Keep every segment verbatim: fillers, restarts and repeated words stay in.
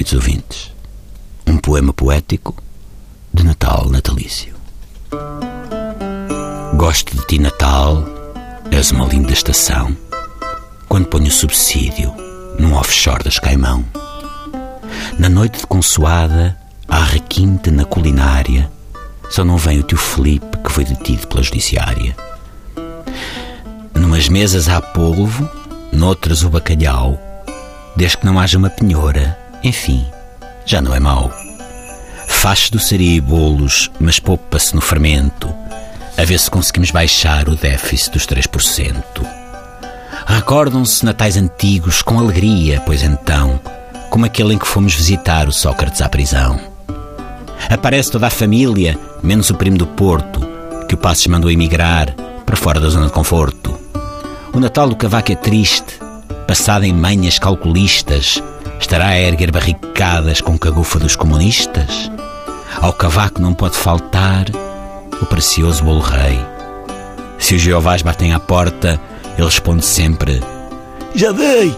queridos ouvintes, um poema poético de Natal natalício. Gosto de ti, Natal, és uma linda estação, quando ponho o subsídio num offshore das Caimão. Na noite de consoada, há requinte na culinária, só não vem o tio Felipe que foi detido pela judiciária. Numas mesas há polvo, noutras o bacalhau, desde que não haja uma penhora, enfim, já não é mau. Faz-se doçaria e bolos, mas poupa-se no fermento, a ver se conseguimos baixar o déficit dos três por cento. Recordam-se natais antigos com alegria, pois então, como aquele em que fomos visitar o Sócrates à prisão. Aparece toda a família, menos o primo do Porto, que o Passos mandou emigrar para fora da zona de conforto. O Natal do Cavaco é triste, passado em manhas calculistas, estará a erguer barricadas com cagufa dos comunistas? Ao Cavaco não pode faltar o precioso bolo rei. Se os Jeovás batem à porta, ele responde sempre: já dei!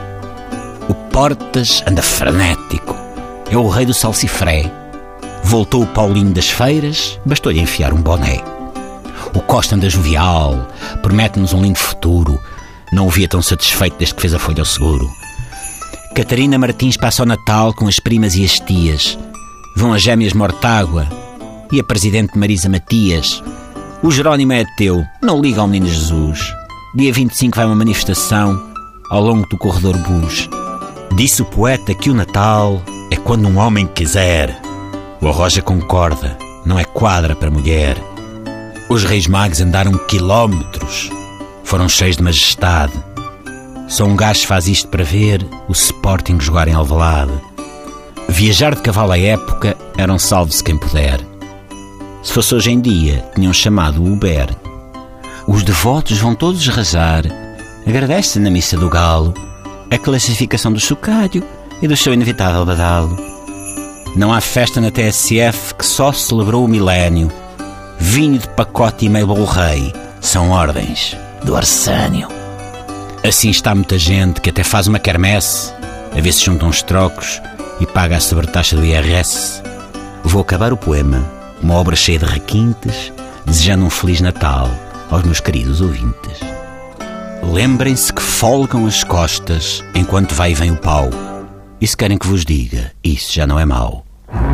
O Portas anda frenético, é o rei do salsifré. Voltou o Paulinho das feiras, bastou-lhe enfiar um boné. O Costa anda jovial, promete-nos um lindo futuro, não o via tão satisfeito desde que fez a folha ao seguro. Catarina Martins passa o Natal com as primas e as tias. Vão as gêmeas Mortágua e a presidente Marisa Matias. O Jerónimo é ateu, não liga ao menino Jesus. Dia vinte e cinco vai uma manifestação ao longo do corredor Bus. Disse o poeta que o Natal é quando um homem quiser. O Arroja concorda, não é quadra para mulher. Os Reis Magos andaram quilómetros, foram cheios de majestade. Só um gajo faz isto para ver o Sporting jogar em Alvalade. Viajar de cavalo à época era um salve-se quem puder. Se fosse hoje em dia, tinham chamado o Uber. Os devotos vão todos rezar. Agradece na missa do galo a classificação do chocalho e do seu inevitável badalo. Não há festa na T S F que só celebrou o milénio. Vinho de pacote e meio bolo rei são ordens do Arsênio. Assim está muita gente que até faz uma quermesse a ver se juntam uns trocos e paga a sobretaxa do I R S. Vou acabar o poema, uma obra cheia de requintes, desejando um Feliz Natal aos meus queridos ouvintes. Lembrem-se que folgam as costas enquanto vai e vem o pau. E se querem que vos diga, isso já não é mau.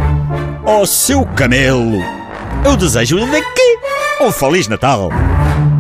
Ó seu camelo, eu desejo-lhe daqui um Feliz Natal.